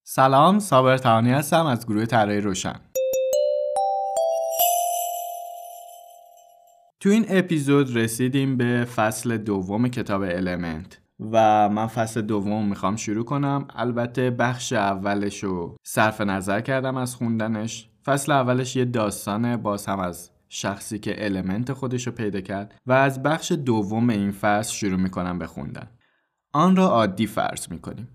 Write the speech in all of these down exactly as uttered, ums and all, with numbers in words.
سلام، صابر تهانی هستم از گروه طراحی روشن. تو این اپیزود رسیدیم به فصل دوم کتاب المنت و من فصل دوم میخوام شروع کنم. البته بخش اولش رو صرف نظر کردم از خوندنش. فصل اولش یه داستانه، باز هم از شخصی که المنت خودش رو پیدا کرد و از بخش دوم این فصل شروع میکنم به خوندن. آن را عادی فرض میکنیم.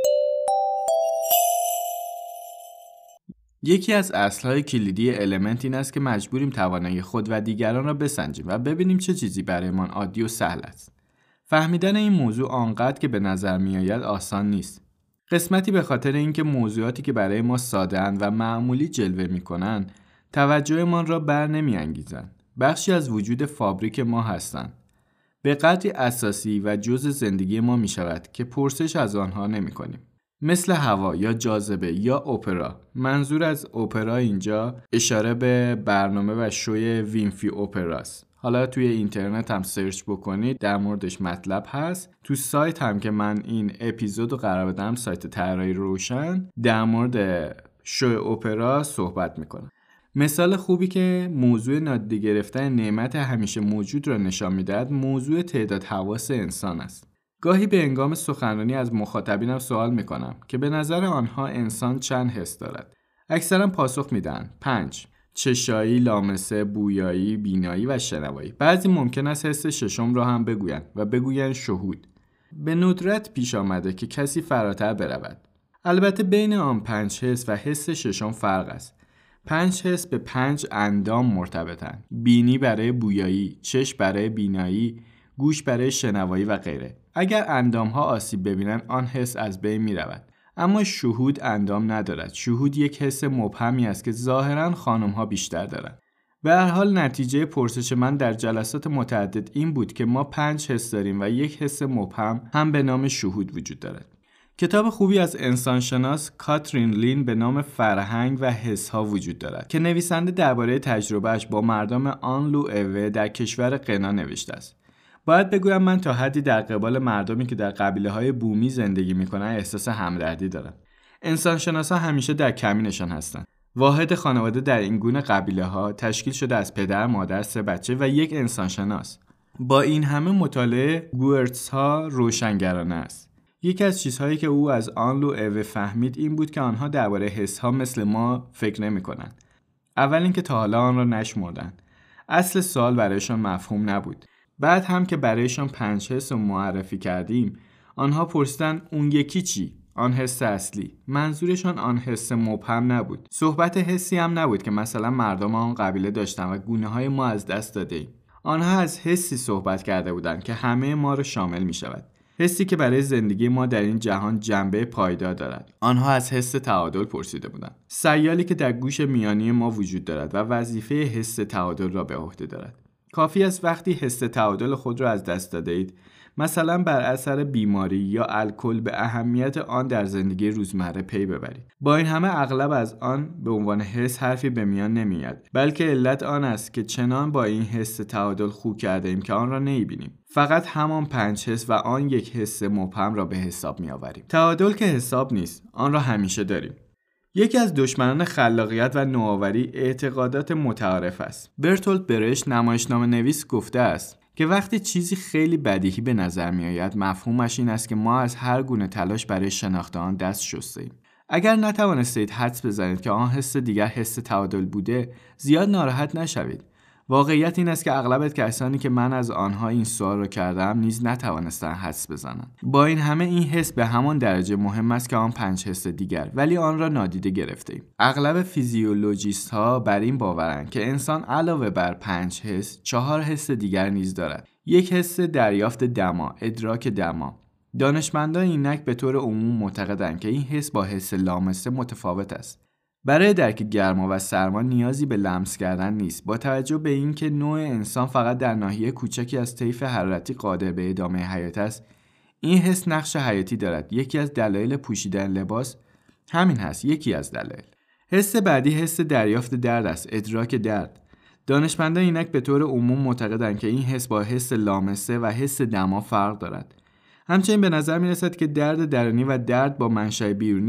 یکی از اصل‌های کلیدی المنت این است که مجبوریم توانایی خود و دیگران را بسنجیم و ببینیم چه چیزی برایمان عادی و سهل است. فهمیدن این موضوع آنقدر که به نظر می‌آید آسان نیست. قسمتی به خاطر اینکه موضوعاتی که برای ما ساده‌اند و معمولی جلوه می‌کنند، توجهمان را بر نمی‌انگیزند. بخشی از وجود فابریک ما هستند. به قدری اساسی و جزء زندگی ما می‌شود که پرسش از آنها نمی‌کنیم. مثل هوا یا جاذبه یا اپرا. منظور از اپرا اینجا اشاره به برنامه و شوی وینفی اپراست. حالا توی اینترنت هم سرچ بکنید در موردش مطلب هست. تو سایت هم که من این اپیزودو قرار بدم، سایت طراحی روشن، در مورد شوی اپرا صحبت میکنم. مثال خوبی که موضوع نادیده گرفتن نعمت همیشه موجود را نشان میدهد موضوع تعداد حواس انسان است. گاهی به هنگام سخنرانی از مخاطبینم سوال میکنم که به نظر آنها انسان چند حس دارد. اکثرا پاسخ میدن پنج: چشایی، لامسه، بویایی، بینایی و شنوایی. بعضی ممکن است حس ششم را هم بگویند و بگویند شهود. به ندرت پیش آمده که کسی فراتر برود. البته بین آن پنج حس و حس ششم فرق است. پنج حس به پنج اندام مرتبطند. بینی برای بویایی، چشم برای بینایی، گوش برای شنوایی و غیره. اگر اندام‌ها آسیب ببینند آن حس از بین می‌رود. اما شهود اندام ندارد. شهود یک حس مبهمی است که ظاهراً خانم‌ها بیشتر دارند. به هر حال نتیجه پرسش من در جلسات متعدد این بود که ما پنج حس داریم و یک حس مبهم هم به نام شهود وجود دارد. کتاب خوبی از انسانشناس کاترین لین به نام فرهنگ و حس‌ها وجود دارد که نویسنده درباره تجربه‌اش با مردم آنلو اوه در کشور غنا نوشته است. باید بگویم من تا حدی در قبال مردمی که در قبیله‌های بومی زندگی می‌کنند احساس همدردی دارم. انسانشناسا همیشه در کمینشان هستند. واحد خانواده در این گونه قبیله‌ها تشکیل شده از پدر، مادر، سه بچه و یک انسانشناس. با این همه مطالعه گوئرتزها روشنگرانه است. یکی از چیزهایی که او از آنلو اوه فهمید این بود که آنها درباره حس‌ها مثل ما فکر نمی‌کنند. اول اینکه تا حالا آن را نشمردند. اصل سوال برایشان مفهوم نبود. بعد هم که برایشان پنج حس رو معرفی کردیم، آنها پرسیدن اون یکی چی؟ آن حس اصلی. منظورشان آن حس مبهم نبود. صحبت حسی هم نبود که مثلا مردم آن قبیله داشتن و گونه های ما از دست داده ایم. آنها از حسی صحبت کرده بودند که همه ما رو شامل می شود. حسی که برای زندگی ما در این جهان جنبه پایدار دارد. آنها از حس تعادل پرسیده بودند. سیالی که در گوش میانی ما وجود دارد و وظیفه حس تعادل را به عهده دارد. کافی است وقتی حس تعادل خود را از دست داده اید، مثلا بر اثر بیماری یا الکل، به اهمیت آن در زندگی روزمره پی ببرید. با این همه اغلب از آن به عنوان حس حرفی به میان نمیاد، بلکه علت آن است که چنان با این حس تعادل خو کرده ایم که آن را نمیبینیم. فقط همان پنج حس و آن یک حس مبهم را به حساب میآوریم. تعادل که حساب نیست، آن را همیشه داریم. یکی از دشمنان خلاقیت و نوآوری اعتقادات متعارف است. برتولت برشت نمایشنامه نویس گفته است که وقتی چیزی خیلی بدیهی به نظر می آید، مفهومش این است که ما از هر گونه تلاش برای شناخت آن دست شسته‌ایم. اگر نتوانستید حدس بزنید که آن حس دیگر حس تعادل بوده، زیاد ناراحت نشوید. واقعیت این است که اغلب کسانی که من از آنها این سوال را کردم نیز نتوانستند حدس بزنند. با این همه این حس به همان درجه مهم است که آن پنج حس دیگر، ولی آن را نادیده گرفتیم. اغلب فیزیولوژیست ها بر این باورند که انسان علاوه بر پنج حس، چهار حس دیگر نیز دارد. یک حس دریافت دما، ادراک دما. دانشمندان اینک به طور عموم معتقدند که این حس با حس لامسه متفاوت است. برای درک گرما و سرما نیازی به لمس کردن نیست. با توجه به اینکه نوع انسان فقط در ناحیه کوچکی از طیف حرارتی قادر به ادامه حیات است، این حس نقش حیاتی دارد. یکی از دلایل پوشیدن لباس همین هست. یکی از دلایل. حس بعدی حس دریافت درد است، ادراک درد. دانشمندان اینک به طور عموم معتقدند که این حس با حس لامسه و حس دما فرق دارد. همچنین به نظر می رسد که درد درونی و درد با منشأ بیرونی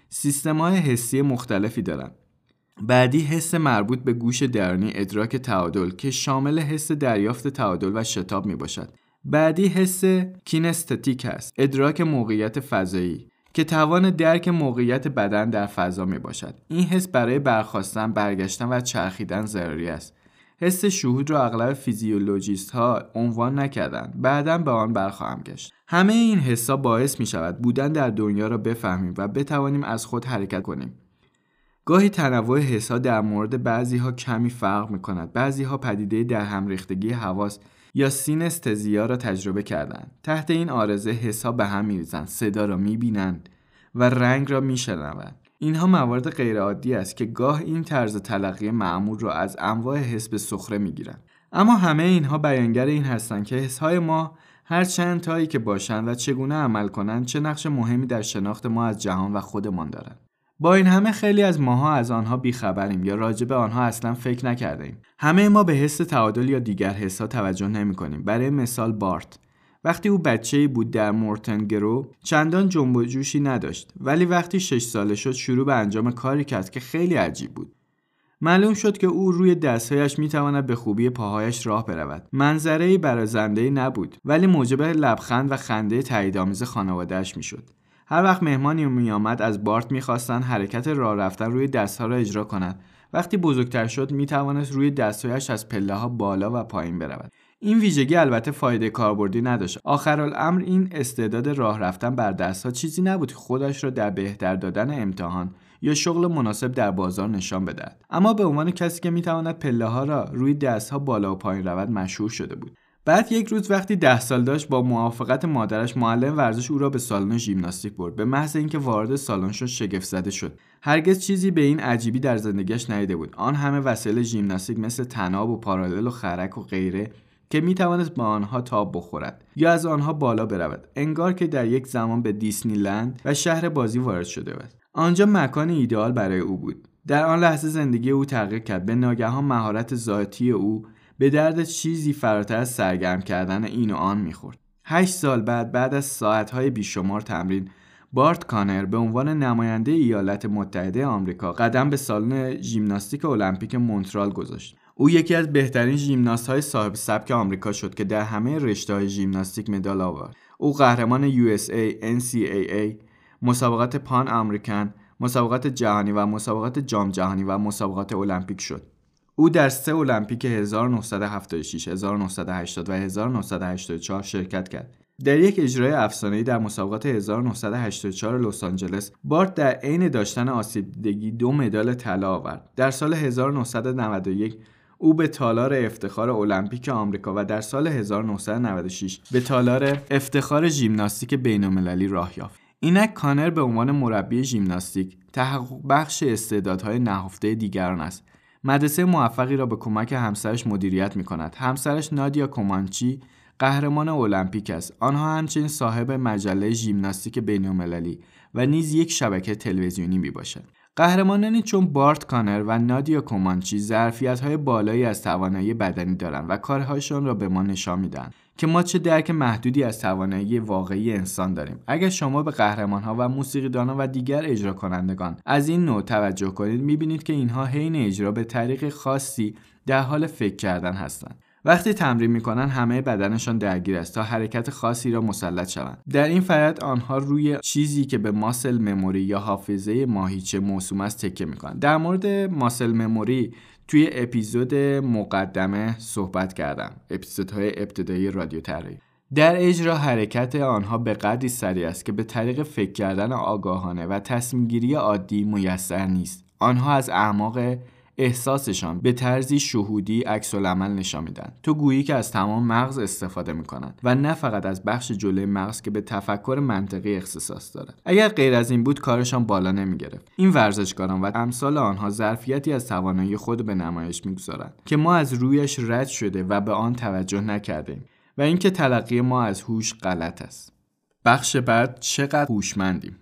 سیستم‌های حسی مختلفی دارن. بعدی حس مربوط به گوش درونی ادراک تعادل که شامل حس دریافت تعادل و شتاب می باشد. بعدی حس کینستتیک است، ادراک موقعیت فضایی که توان درک موقعیت بدن در فضا می باشد. این حس برای برخاستن، برگشتن و چرخیدن ضروری است. حس شهود را اغلب فیزیولوژیست ها عنوان نکردند. بعداً به آن برخواهم گشت. همه این حسا باعث می شود بودن در دنیا را بفهمیم و بتوانیم از خود حرکت کنیم. گاهی تنوع حس‌ها در مورد بعضی‌ها کمی فرق می‌کند. بعضی‌ها پدیده در هم ریختگی حواس یا سینستزیا را تجربه کردند. تحت این عارضه حس‌ها به هم می‌ریزند، صدا را می‌بینند و رنگ را می‌شنوند. اینها موارد غیرعادی است که گاه این طرز تلقی معمول را از انواع حس به سخره می‌گیرند. اما همه اینها بیانگر این هستند که حس‌های ما هر چند تایی که باشند و چگونه عمل کنند چه نقش مهمی در شناخت ما از جهان و خودمان دارند. با این همه خیلی از ماها از آنها بیخبریم یا راجع به آنها اصلا فکر نکردیم. همه ما به حس تعادل یا دیگر حس‌ها توجه نمی‌کنیم. برای مثال بارت وقتی او بچه‌ای بود در مورتنگرو چندان جنب و جوشی نداشت، ولی وقتی شش ساله شد شروع به انجام کاری کرد که خیلی عجیب بود. معلوم شد که او روی دستهایش میتواند به خوبی پاهایش راه برود. منظره‌ای برازنده‌ای نبود، ولی موجب لبخند و خنده تاییدآمیز خانواده‌اش میشد. هر وقت مهمانی می آمد از بارت می‌خواستند حرکت راه رفتن روی دست‌ها را اجرا کند. وقتی بزرگتر شد می‌توانست روی دست‌هایش از پله‌ها بالا و پایین برود. این ویژگی البته فایده کاربردی نداشت. آخرالامر این استعداد راه رفتن بر دست‌ها چیزی نبود که خودش را در بهتر دادن امتحان یا شغل مناسب در بازار نشان بدهد. اما به عنوان کسی که می‌تواند پله‌ها را روی دست‌ها بالا و پایین رود مشهور شده بود. بعد یک روز وقتی ده سال داشت با موافقت مادرش معلم ورزش او را به سالن ژیمناستیک برد. به محض اینکه وارد سالن شد شگفت زده شد. هرگز چیزی به این عجیبی در زندگیش ندیده بود. آن همه وسایل ژیمناستیک مثل طناب و پارالل و خرک و غیره که می توانست با آنها تاب بخورد یا از آنها بالا برود. انگار که در یک زمان به دیسنی لند و شهر بازی وارد شده بود. آنجا مکان ایدئال برای او بود. در آن لحظه زندگی او تغییر کرد. به ناگهان مهارت ذاتی او به درد چیزی فراتر از سرگرم کردن این و آن میخورد. هشت سال بعد بعد از ساعتهای بیشمار تمرین بارت کانر به عنوان نماینده ایالات متحده آمریکا قدم به سالن ژیمناستیک المپیک مونترال گذاشت. او یکی از بهترین ژیمناست‌های صاحب سبک آمریکا شد که در همه رشته‌های ژیمناستیک مدال آورد. او قهرمان یو اس ای، ان سی ای ای، مسابقات پان امریکن، مسابقات جهانی و مسابقات جام جهانی و مسابقات المپیک شد. او در سه المپیک هزار و نهصد و هفتاد و شش، هزار و نهصد و هشتاد و هزار و نهصد و هشتاد و چهار شرکت کرد. در یک اجرای افسانه‌ای در مسابقات هزار و نهصد و هشتاد و چهار لس آنجلس، بارت در عین داشتن آسیب دیدگی دو مدال طلا آورد. در سال هزار و نهصد و نود و یک او به تالار افتخار المپیک آمریکا و در سال هزار و نهصد و نود و شش به تالار افتخار ژیمناستیک بین‌المللی راه یافت. اینک کانر به عنوان مربی ژیمناستیک تحقق بخش استعدادهای نهفته دیگران است. مدرسه موفقی را به کمک همسرش مدیریت می‌کند. همسرش نادیا کومانچی قهرمان المپیک است. آنها همچنین صاحب مجله ژیمناستیک بین‌المللی و نیز یک شبکه تلویزیونی میباشد. قهرمانانی چون بارت کانر و نادیا کومانچی ظرفیت‌های بالایی از توانایی بدنی دارند و کارهایشان را به ما نشان میدهند که ما چه درک محدودی از توانایی واقعی انسان داریم. اگر شما به قهرمان‌ها و موسیقیدانان و دیگر اجرا کنندگان از این نوع توجه کنید می‌بینید که اینها حین اجرا به طریق خاصی در حال فکر کردن هستند. وقتی تمرین میکنن همه بدنشان درگیر است تا حرکت خاصی را مسلط شوند. در این فرایند آنها روی چیزی که به ماسل مموری یا حافظه ماهیچه موسوم است تکیه میکنند. در مورد ماسل مموری توی اپیزود مقدمه صحبت کردم، اپیزودهای ابتدایی رادیو طراحی. در اجرا حرکت آنها به قدری سریع است که به طریق فکر کردن آگاهانه و تصمیم گیری عادی میسر نیست. آنها از اعماق احساسشان به طرزی شهودی عکس‌العمل نشان میدن. تو گویی که از تمام مغز استفاده میکنند و نه فقط از بخش جلوی مغز که به تفکر منطقی اختصاص دارد. اگر غیر از این بود کارشان بالا نمیگرفت. این ورزشکاران و امثال آنها ظرفیتی از توانایی خود به نمایش میگذارند که ما از رویش رد شده و به آن توجه نکردیم و اینکه تلقی ما از هوش غلط است. بخش بعد چقدر هوشمندیم.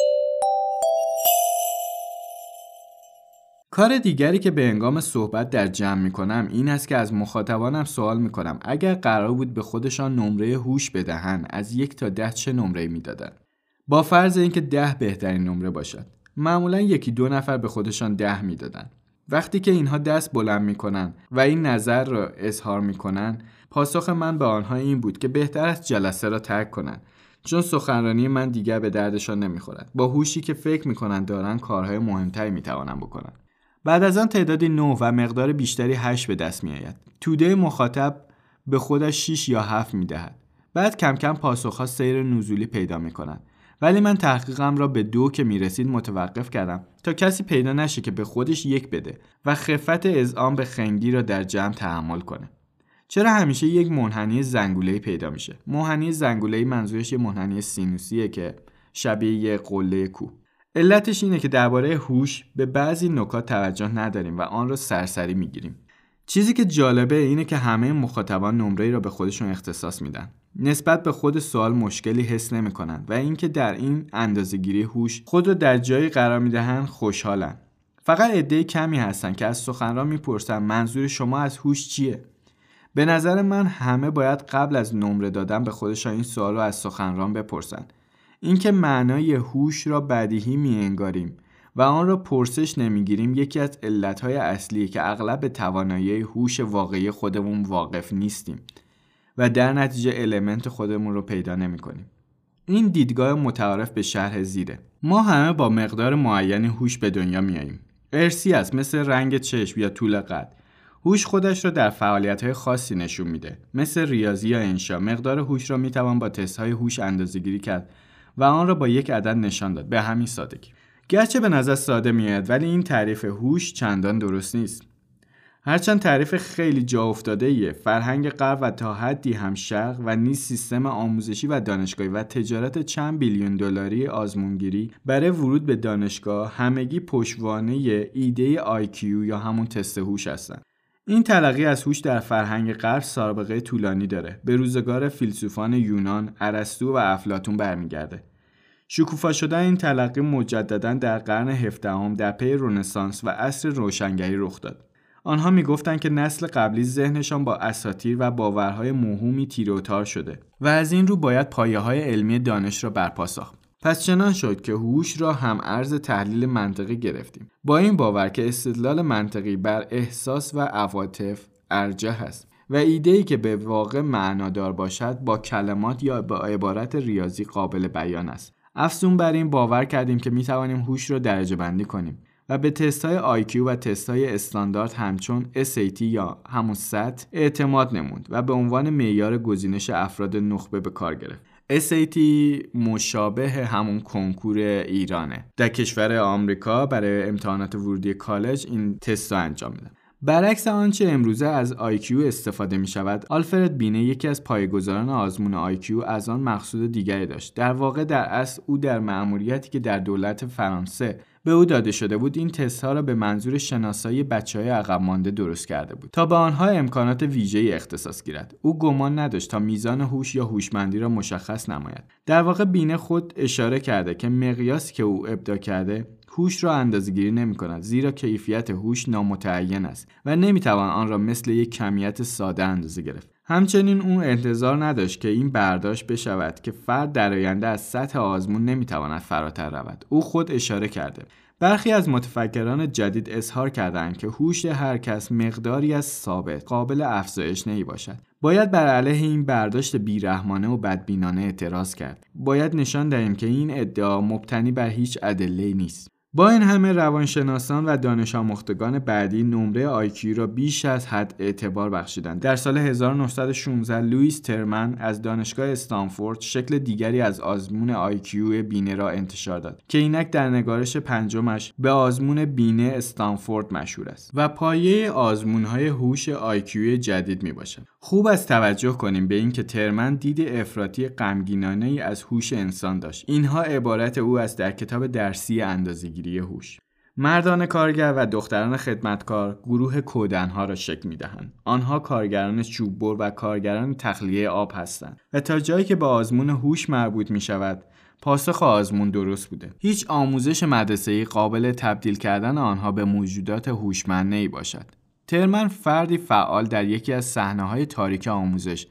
کار دیگری که به هنگام صحبت در جمع میکنم این است که از مخاطبانم سوال میکنم اگر قرار بود به خودشان نمره هوش بدهند از یک تا ده چه نمره میدادند؟ با فرض اینکه ده بهترین نمره باشد. معمولا یکی دو نفر به خودشان ده میدادن. وقتی که اینها دست بلند میکنن و این نظر را اظهار میکنن، پاسخ من به آنها این بود که بهتر است جلسه را ترک کنن، چون سخنرانی من دیگر به دردشان نمیخورد. با هوشی که فکر میکنن دارن کارهای مهمتری میتوانن بکنن. بعد از آن تعدادی نه و مقدار بیشتری هشت به دست میآید. توده مخاطب به خودش شش یا هفت میدهد. بعد کم کم پاسخها سیر نزولی پیدا میکنن. ولی من تحقیقم را به دو که میرسید متوقف کردم تا کسی پیدا نشه که به خودش یک بده و خفت اذعان به خنگی را در جمع تحمل کنه. چرا همیشه یک منحنی زنگوله‌ای پیدا میشه؟ منحنی زنگوله‌ای منظورش یه منحنی سینوسیه که شبیه یه قله کوه. علتش اینه که درباره هوش به بعضی نکات توجه نداریم و آن را سرسری میگیریم. چیزی که جالبه اینه که همه مخاطبان نمره‌ای را به خودشون اختصاص میدن. نسبت به خود سوال مشکلی حس نمی‌کنن و اینکه در این اندازه‌گیری هوش خود را در جایی قرار میدهن خوشحالن. فقط عده کمی هستن که از سخنران میپرسن منظور شما از هوش چیه؟ به نظر من همه باید قبل از نمره دادن به خودشان این سوال رو از سخنران بپرسن. اینکه معنای هوش را بدیهی می‌انگاریم و آن را پرسش نمیگیریم یکی از علتهای اصلیه که اغلب به توانایی هوش واقعی خودمون واقف نیستیم و در نتیجه المنت خودمون رو پیدا نمی‌کنیم. این دیدگاه متعارف به شرح زیره. ما همه با مقدار معینی هوش به دنیا میاییم. ارثی است، مثل رنگ چشم یا طول قد. هوش خودش را در فعالیت‌های خاصی نشون میده. مثل ریاضی یا انشا، مقدار هوش را میتوان با تست‌های هوش اندازه‌گیری کرد و آن را با یک عدد نشان داد. به همین سادگی. گرچه به نظر ساده میاد ولی این تعریف هوش چندان درست نیست. هرچند تعریف خیلی جا افتاده‌ایه، فرهنگ غرب و تا حدی هم شرق و نیز سیستم آموزشی و دانشگاهی و تجارت چند بیلیون دلاری آزمونگیری برای ورود به دانشگاه همگی پشتوانه ایده آی کیو یا همون تست هوش هستن. این تلقی از هوش در فرهنگ غرب سابقه طولانی داره. به روزگار فیلسوفان یونان، ارسطو و افلاطون برمیگرده. شکوفا شدن این تلقی مجدداً در قرن هفدهم در پی رنسانس و عصر روشنگری رخ داد. آنها میگفتند که نسل قبلی ذهنشان با اساطیر و باورهای موهومی تیره و تار شده و از این رو باید پایه‌های علمی دانش را برپا ساخت. پس چنان شد که هوش را هم ارز تحلیل منطقی گرفتیم، با این باور که استدلال منطقی بر احساس و عواطف ارجح است و ایده‌ای که به واقع معنادار باشد با کلمات یا با عبارت ریاضی قابل بیان است. افزون بر این باور کردیم که می‌توانیم هوش را درجه بندی کنیم و به تست‌های آی کیو و تست‌های استاندارد همچون اس ای تی یا همون ست اعتماد نمود و به عنوان معیار گزینش افراد نخبه به کار گرفت. اس ای تی مشابه همون کنکور ایرانه. در کشور آمریکا برای امتحانات ورودی کالج این تست رو انجام میدن. برعکس آنچه امروزه از آی کیو استفاده می شود، آلفرد بینه یکی از پایه‌گذاران آزمون آی کیو از آن مقصود دیگری داشت. در واقع در اصل او در مأموریتی که در دولت فرانسه به او داده شده بود این تست ها را به منظور شناسایی بچه‌های عقب مانده درست کرده بود تا به آنها امکانات ویژه‌ای اختصاص گیرد. او گمان نداشت تا میزان هوش یا هوشمندی را مشخص نماید. در واقع بینه خود اشاره کرده که مقیاسی که او ابداع کرده هوش را اندازه‌گیری نمی‌کند، زیرا کیفیت هوش نامتعین است و نمی‌توان آن را مثل یک کمیت ساده اندازه گرفت. همچنین او انتظار نداشت که این برداشت بشود که فرد در آینده از سطح آزمون نمی‌تواند فراتر رود. او خود اشاره کرده. برخی از متفکران جدید اظهار کردند که هوش هر کس مقداری از ثابت قابل افزایش نمی باشد. باید بر علیه این برداشت بیرحمانه و بدبینانه اعتراض کرد. باید نشان دهیم که این ادعا مبتنی بر هیچ ادله‌ای نیست. با این همه روانشناسان و دانش آموختگان بعدی نمره آی کیو را بیش از حد اعتبار بخشیدند. در سال هزار و نهصد و شانزده لوئیس ترمن از دانشگاه استنفورد شکل دیگری از آزمون آی کیو بینه را انتشار داد که اینک در نگارش پنجمش به آزمون بینه استنفورد مشهور است و پایه آزمون‌های هوش آی کیو جدید میباشد. خوب است توجه کنیم به اینکه ترمن دید افراطی غمگینانه‌ای از هوش انسان داشت. اینها عبارت او است در کتاب درسی اندازه‌گیری هوش. مردان کارگر و دختران خدمتکار گروه کودنها را شکل می‌دهند. آنها کارگران چوببر و کارگران تخلیه آب هستند و تا جایی که به آزمون هوش مربوط می‌شود پاسخ آزمون درست بوده. هیچ آموزش مدرسه‌ای قابل تبدیل کردن آنها به موجودات هوشمند نمی‌باشد. ترمن فردی فعال در یکی از صحنه‌های تاریک آموزش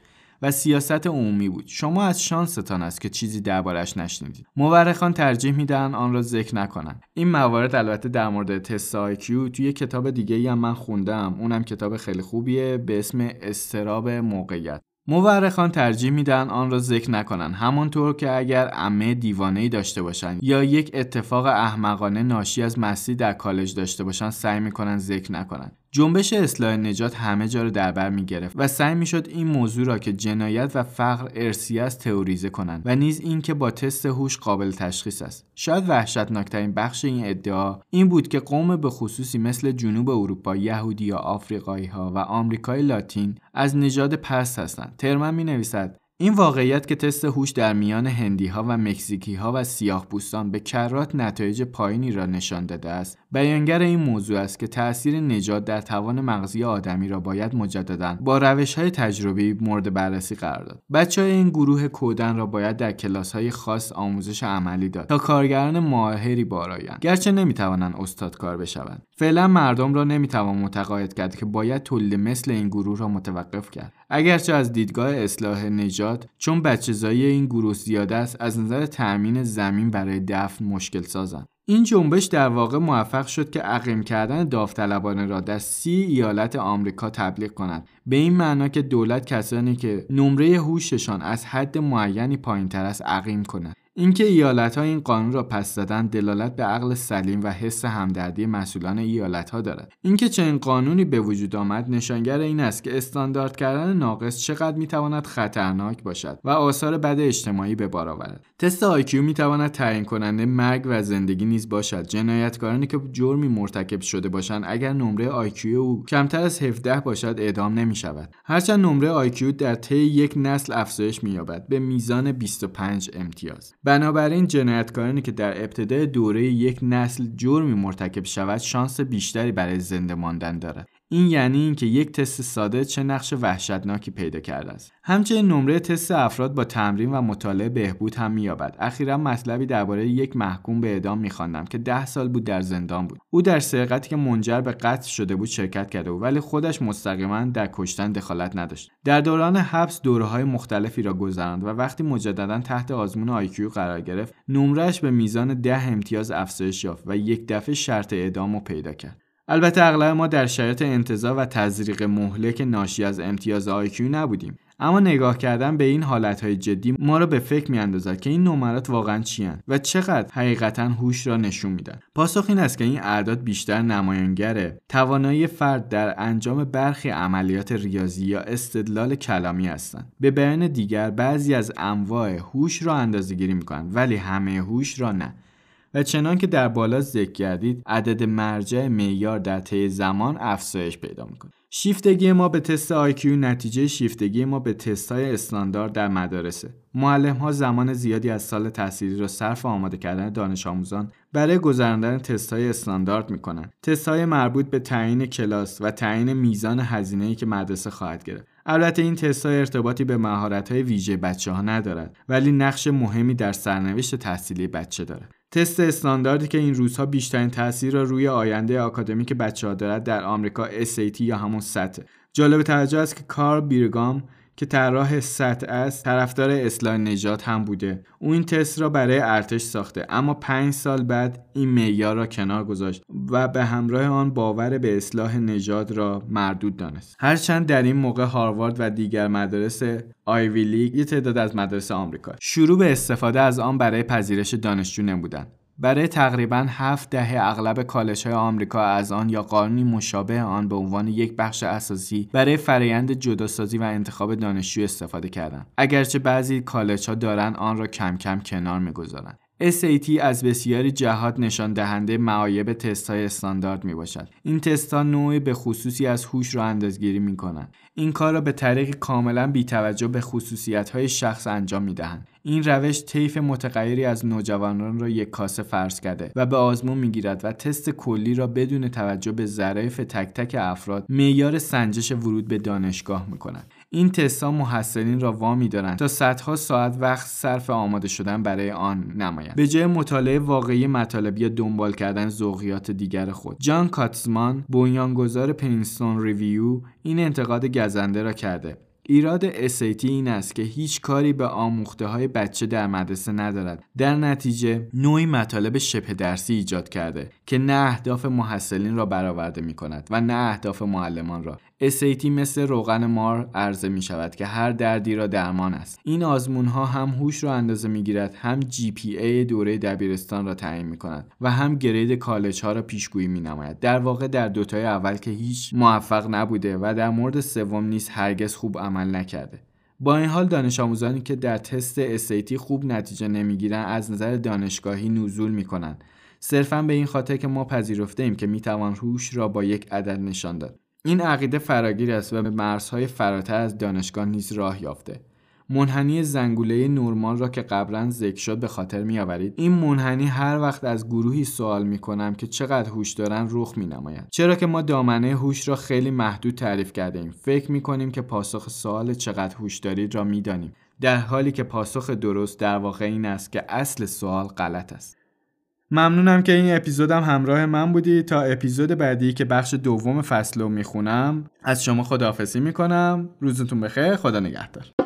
و سیاست عمومی بود. شما از شانستان است که چیزی دربارش نشنیدید. مورخان ترجیح میدن آن را ذکر نکنن. این موارد البته در مورد تست آی کیو توی کتاب دیگه‌ای هم من خوندم، اونم کتاب خیلی خوبیه به اسم اضطراب موقعیت. مورخان ترجیح میدن آن را ذکر نکنن، همانطور که اگر عمه دیوانه‌ای داشته باشن یا یک اتفاق احمقانه ناشی از مستی در کالج داشته باشن سعی میکنن ذکر نکنن. جنبش اصلاح نژاد همه جا رو در بر میگرفت و سعی میشد این موضوع را که جنایت و فقر ارثی است تئوریزه کنند و نیز این که با تست هوش قابل تشخیص است. شاید وحشتناکترین بخش این ادعا این بود که قوم به خصوصی مثل جنوب اروپا، یهودی یا آفریقایی ها و آمریکای لاتین از نژاد پست هستند. ترمن مینویسد این واقعیت که تست هوش در میان هندی ها و مکزیکی ها و سیاه پوستان به کرات نتایج پایینی را نشان داده است، بیانگر این موضوع است که تأثیر نژاد در توان مغزی آدمی را باید مجدداً با روش‌های تجربی مورد بررسی قرار داد. بچه‌های این گروه کودن را باید در کلاس‌های خاص آموزش عملی داد تا کارگران ماهری بارآیند، گرچه نمی‌توانند استادکار بشوند. فعلا مردم را نمی‌توان متقاعد کرد که باید تولید مثل این گروه را متوقف کرد. اگرچه از دیدگاه اصلاح نژاد چون بچه‌زایی این گروه زیاده است، از نظر تأمین زمین برای دفن مشکل سازند. این جنبش در واقع موفق شد که عقیم کردن داوطلبانه را در سی ایالت آمریکا تبلیغ کند، به این معنا که دولت کسانی که نمره هوششان از حد معینی پایین‌تر است عقیم کند. اینکه ایالت‌ها این قانون را پس زدن دلالت به عقل سلیم و حس همدردی مسئولان ایالت‌ها دارد. اینکه چنین قانونی به وجود آمد نشانگر این است که استاندارد کردن ناقص چقدر می‌تواند خطرناک باشد و آثار بد اجتماعی به بار آورد. تست آی کیو می‌تواند تعیین کننده مرگ و زندگی نیز باشد. جنایتکارانی که جرمی مرتکب شده باشند اگر نمره آی کیو او کمتر از هفده باشد اعدام نمی‌شود. هرچند نمره آی کیو در طی یک نسل افزایش می‌یابد به میزان بیست و پنج امتیاز. بنابراین جنایتکارانی که در ابتدای دوره یک نسل جرمی مرتکب شود شانس بیشتری برای زنده ماندن دارد. این یعنی اینکه یک تست ساده چه نقش وحشتناکی پیدا کرده است. همچنین نمره تست افراد با تمرین و مطالعه بهبود هم می‌یابد. اخیراً مطلبی درباره یک محکوم به اعدام می‌خواندم که ده سال بود در زندان بود. او در سرقتی که منجر به قتل شده بود شرکت کرده بود ولی خودش مستقیما در کشتن دخالت نداشت. در دوران حبس دوره‌های مختلفی را گذراند و وقتی مجدداً تحت آزمون آی کیو قرار گرفت، نمره‌اش به میزان ده امتیاز افزایش یافت و یک دفعه شرط اعدام را پیدا کرد. البته اغلب ما در شرایط انتزاع و تزریق مهلک ناشی از امتیاز آی کیو نبودیم، اما نگاه کردن به این حالتهای جدی ما را به فکر میاندازد که این نمرات واقعا چی هستند و چقدر حقیقتا هوش را نشون میدن. پاسخ این است که این اعداد بیشتر نمایانگر توانایی فرد در انجام برخی عملیات ریاضی یا استدلال کلامی هستند. به بیان دیگر بعضی از انواع هوش را اندازه‌گیری میکنند ولی همه هوش را نه. و چنان که در بالا ذکر کردید عدد مرجع معیار در طی زمان افزایش پیدا میکنه. شیفتگی ما به تست آی کیو نتیجه شیفتگی ما به تست‌های استاندارد در مدارسه. معلم‌ها زمان زیادی از سال تحصیلی را صرف آماده کردن دانش آموزان برای گذراندن تست‌های استاندارد می‌کنند. تست‌های مربوط به تعیین کلاس و تعیین میزان هزینه‌ای که مدرسه خواهد گرفت. البته این تست‌ها ارتباطی به مهارت‌های ویژه بچه‌ها ندارد، ولی نقش مهمی در سرنوشت تحصیلی بچه دارد. تست استانداردی که این روزها بیشترین تاثیر را روی آینده آکادمیک بچه‌ها دارد در آمریکا اس ای تی یا همون سته. جالب توجه است که کارل بیرگام که طراح ست است طرفدار اصلاح نژاد هم بوده. او این تست را برای ارتش ساخته اما پنج سال بعد این معیار را کنار گذاشت و به همراه آن باور به اصلاح نژاد را مردود دانست. هرچند در این موقع هاروارد و دیگر مدارس آیوی لیگ یک تعداد از مدارس آمریکا شروع به استفاده از آن برای پذیرش دانشجو نمودند. برای تقریباً هفت دهه اغلب کالج‌های آمریکا از آن یا قانونی مشابه آن به عنوان یک بخش اساسی برای فرآیند جداسازی و انتخاب دانشجو استفاده کردند. اگرچه بعضی کالج‌ها دارند آن را کم کم کنار می‌گذارند. اس ای تی از بسیاری جهات نشان دهنده معایب تست‌های استاندارد میباشد. این تست‌ها نوعی به خصوصی از هوش را اندازه‌گیری می‌کنند. این کار را به طریقی کاملاً بی‌توجه به خصوصیت‌های شخص انجام می‌دهند. این روش طیف متغیری از نوجوانان را یک کاسه فرض کرده و به آزمون می‌گیرد و تست کلی را بدون توجه به ظرایف تک تک افراد معیار سنجش ورود به دانشگاه می‌کند. این تست‌ها محصلین را وامی دارند تا صدها ساعت وقت صرف آماده شدن برای آن نمایند، به جای مطالعه واقعی مطالب یا دنبال کردن ذوقیات دیگر خود. جان کاتزمان، بنیانگذار پرینستون ریویو، این انتقاد گزنده را کرده: ایراد اس ای تی این است که هیچ کاری به آموخته های بچه در مدرسه ندارد. در نتیجه نوعی مطالب شبه درسی ایجاد کرده که نه اهداف محصلین را برآورده می کند و نه اهداف معلمان را. اس ای تی مثل روغن مار عرضه می شود که هر دردی را درمان است. این آزمون ها هم هوش را اندازه می گیرد، هم جی پی ای دوره دبیرستان را تعیین می کند و هم گرید کالج ها را پیشگویی می نماید. در واقع در دوتای اول که هیچ موفق نبوده و در مورد سوم نیز هرگز خوب عمل نکرده. با این حال دانش آموزانی که در تست اس ای تی خوب نتیجه نمیگیرند از نظر دانشگاهی نزول میکنند، صرفاً به این خاطر که ما پذیرفته ایم که میتوان هوش را با یک عدد نشان داد. این عقیده فراگیر است و به مرزهای فراتر از دانشگاه نیز راه یافته. منحنی زنگوله نورمال را که قبلا ذکر شد به خاطر میآورید. این منحنی هر وقت از گروهی سوال میکنم که چقدر هوش دارن رخ مینماید، چرا که ما دامنه هوش را خیلی محدود تعریف کرده ایم. فکر میکنیم که پاسخ سوال چقدر هوش دارید را میدانیم، در حالی که پاسخ درست در واقع این است که اصل سوال غلط است. ممنونم که این اپیزودم همراه من بودی. تا اپیزود بعدی که بخش دوم فصل رو میخونم از شما خداحافظی میکنم. روزتون بخیر. خدا نگهدار.